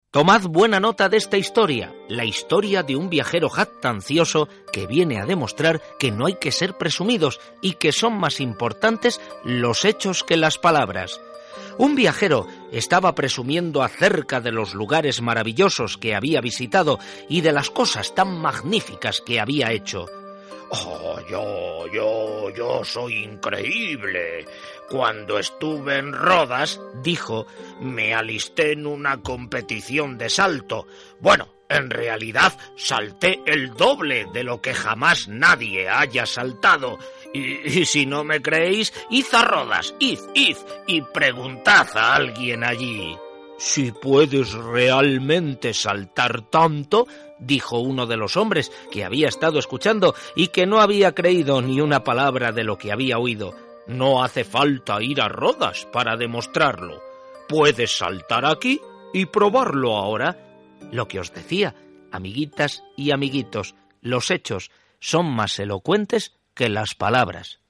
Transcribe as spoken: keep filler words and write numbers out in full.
Tomad buena nota de esta historia, la historia de un viajero jactancioso que viene a demostrar que no hay que ser presumidos y que son más importantes los hechos que las palabras. Un viajero estaba presumiendo acerca de los lugares maravillosos que había visitado y de las cosas tan magníficas que había hecho. Oh, yo, yo, yo soy increíble. Cuando estuve en Rodas, dijo, me alisté en una competición de salto. Bueno, en realidad salté el doble de lo que jamás nadie haya saltado. Y, y si no me creéis, id a Rodas, id, id, y preguntad a alguien allí. Si puedes realmente saltar tanto, dijo uno de los hombres que había estado escuchando y que no había creído ni una palabra de lo que había oído. No hace falta ir a Rodas para demostrarlo. Puedes saltar aquí y probarlo ahora. Lo que os decía, amiguitas y amiguitos, los hechos son más elocuentes que las palabras.